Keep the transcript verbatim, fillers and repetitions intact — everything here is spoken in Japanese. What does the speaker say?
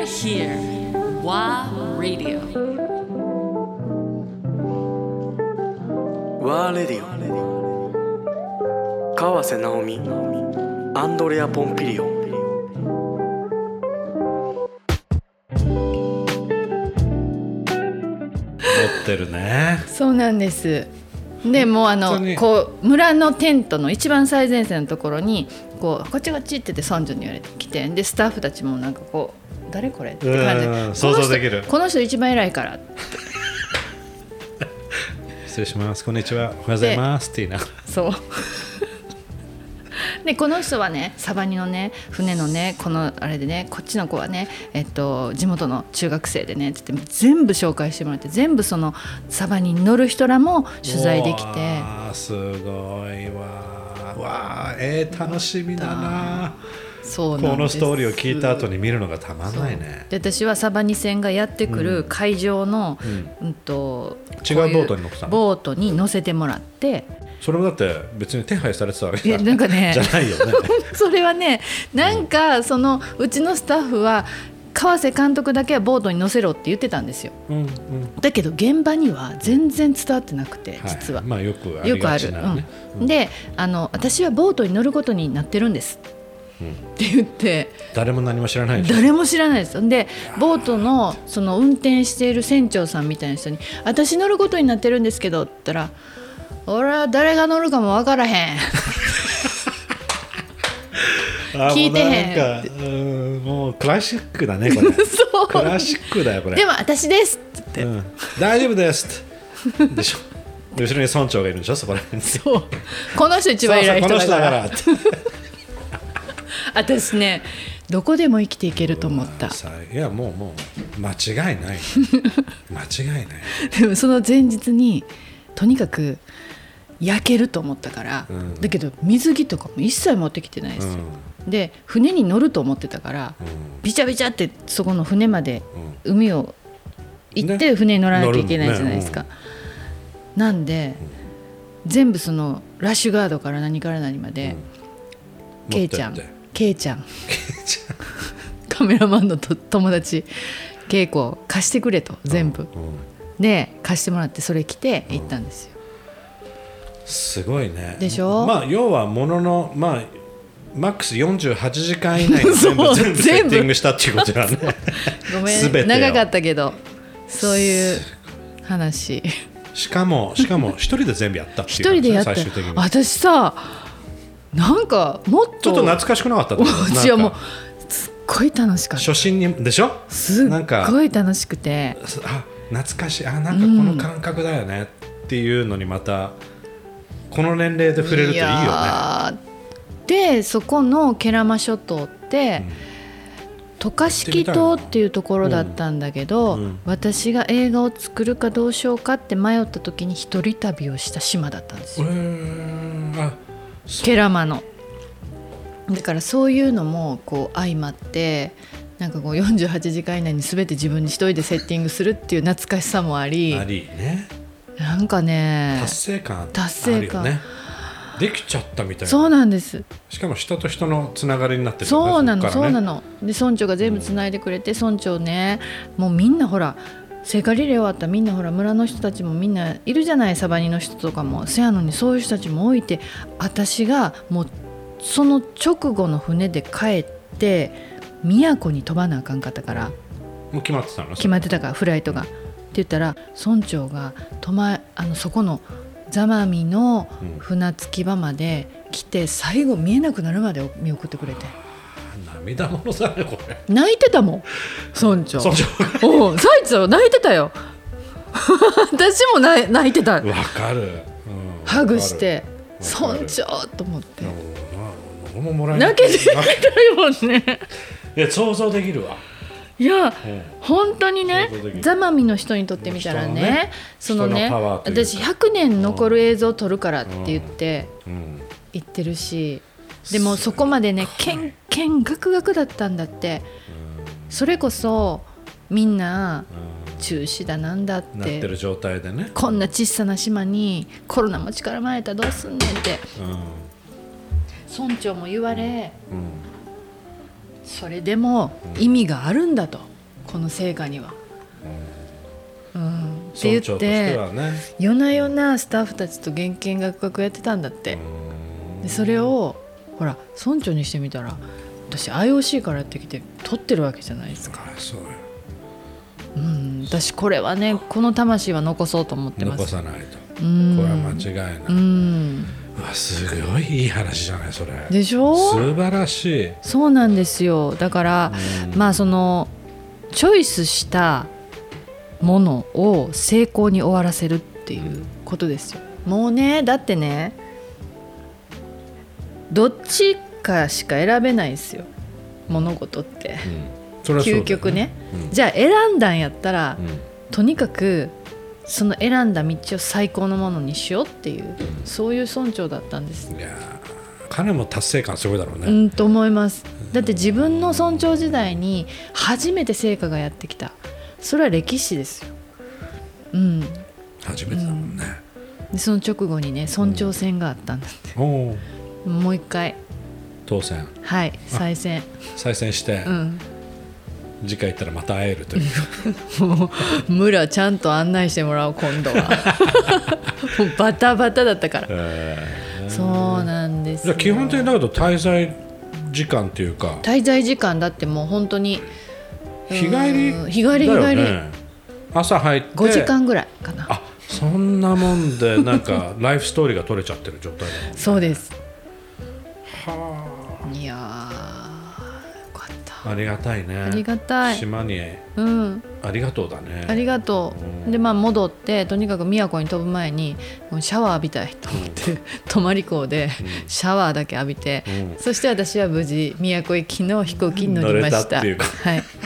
You're here. WA Radio. WA Radio。川瀬直美、アンドレア・ポンピリオン。 持ってるね。 そうなんです。でもうあのこう村のテントの一番最前線のところにこうこっちこっちって言って村長に言われてきて、でスタッフたちもなんかこう誰これって感じで、 想像できる。 この人一番偉いからって失礼します、こんにちは、おはようございますって言いながら、 そうでこの人はねサバニのね船のねこのあれでね、こっちの子はね、えっと、地元の中学生でねって言って全部紹介してもらって、全部そのサバニに乗る人らも取材できて、 すごいわわ、えー、楽しみだな。 そうなんです。 このストーリーを聞いた後に見るのがたまんないね。 で私はサバニ船がやってくる海上の、うんうん、と違うボートに乗ってたの？ ボートに乗せてもらって、 それもだって別に手配されてたわけじゃなんか、ね、 じゃないよねそれはね、なんかそのうちのスタッフは川瀬監督だけはボートに乗せろって言ってたんですよ、うんうん、だけど現場には全然伝わってなくて、実は、 はい、まあ、よくありがちなね、 うんうん、であの私はボートに乗ることになってるんですって言って、 誰も何も知らないでしょ。 誰も知らないです。でボートのその運転している船長さんみたいな人に、私乗ることになってるんですけどって言ったら、俺は誰が乗るかも分からへん聞いてへんって。 もう、もうクラシックだねこれそうクラシックだよこれ。 でも私ですって言って、 うん、大丈夫ですってでしょ後ろに村長がいるんでしょ、そこら辺に。 そうこの人一番偉い人だからそうそうこの人だからって私ねどこでも生きていけると思った。 いやもうもう間違いない間違いないでもその前日にとにかく焼けると思ったから、うん、だけど水着とかも一切持ってきてないですよ、うん、で船に乗ると思ってたから、うん、ビチャビチャってそこの船まで海を行って船に乗らなきゃいけないじゃないですか、ねねうん、なんで、うん、全部そのラッシュガードから何から何まで、うん、ケイちゃんケイちゃんカメラマンのと友達ケイコ貸してくれと全部、うんうん、で貸してもらってそれ着て行ったんですよ、 うん、すごいね。 でしょ。 まあ要はもののまあマックスよんじゅうはちじかん以内に全部全部セッティングしたっていうことだねごめん長かったけどそういう話。 しかもしかも一人で全部やったっていう、 一人でやった。 最終的に私さなんかもっとちょっと懐かしくなかったうちはもうすっごい楽しかった。 初心にでしょ。 すっごい楽しくて、 あ懐かしい、あなんかこの感覚だよねっていうのにまたこの年齢で触れるといいよね。いやでそこのケラマ諸島って、うん、渡嘉敷島っていうところだったんだけど、うんうん、私が映画を作るかどうしようかって迷った時に一人旅をした島だったんですよ。あケラマのだからそういうのもこう相まってなんかこうよんじゅうはちじかん以内に全て自分に一人でセッティングするっていう懐かしさもあり、 ありね、 なんかね達成感あるよね。 達成感できちゃったみたいな。 そうなんです。 しかも人と人のつながりになってる、ね、 そうなの、 そこからね、 そうなの。で村長が全部つないでくれて、うん、村長ねもうみんなほら聖火リレー終わったみんなほら村の人たちもみんないるじゃない、サバニの人とかも。せやのにそういう人たちも置いて、私がもうその直後の船で帰って宮古に飛ばなあかんかったから、 もう決まってたの？ 決まってたからフライトがって言ったら村長が泊まあのそこの座間味の船着き場まで来て、最後見えなくなるまで見送ってくれて、 涙ものだねこれ。 泣いてたもん村長。 村長おサイツは泣いてたよ私も泣いてた。わかる、うん、 ハグして村長と思って、 うん、ももらえ泣けてたよねいや想像できるわ。 いや、うん、本当にね座間味の人にとってみたら ね, ねそのね私ひゃくねん残る映像を撮るからって言って言ってるし、でもそこまでねけんけんがくがくだったんだって、うん、それこそみんな中止だなんだってなってる状態でね、 こんな小さな島にコロナも力まれたらどうすんねんって、うん、村長も言われ、うん、それでも意味があるんだと、 この成果には、うん、って言っ村長としててはね、 夜な夜なスタッフたちと原見学学やってたんだって。でそれをほら村長にしてみたら私 アイオーシー からやってきて撮ってるわけじゃないですか。 そうよ、 うん、私これはねこの魂は残そうと思ってます。 残さないと、 うん、 これは間違いない、 うん、 うわすごいいい話じゃないそれ。 でしょ。 素晴らしい。 そうなんですよ。だから、うん、まあそのチョイスしたものを成功に終わらせるっていうことですよ。もうねだってねどっちかしか選べないですよ物事って、うん、究極ね、うん、じゃあ選んだんやったら、うん、とにかくその選んだ道を最高のものにしようっていう、うん、そういう村長だったんです。 いや彼も達成感すごいだろうね。 うんと思います。だって自分の村長時代に初めて成果がやってきた。それは歴史ですよ、うん、 初めてだもんね、 うん、でその直後にね村長選があったんだって、うん、おもう一回当選、 はい再選再選して、うん、次回行ったらまた会えるというもう村ちゃんと案内してもらおう今度はもうバタバタだったから、えー、そうなんですよ。 基本的にだけど滞在時間っていうか滞在時間だってもう本当に日帰り、 日帰り日帰り、 朝入ってごじかんぐらいかな。 あそんなもんでなんかライフストーリーが取れちゃってる状態だもんね。 そうです。 はあ。 いやーよかった。 ありがたいね。 ありがたい。 島に、うん、ありがとうだね。 ありがとう、うん、でまあ戻ってとにかく宮古に飛ぶ前にシャワー浴びたいと思って、うん、泊まり港でシャワーだけ浴びて、うん、そして私は無事宮古行きの飛行機に乗りました。乗れたっていうか、はい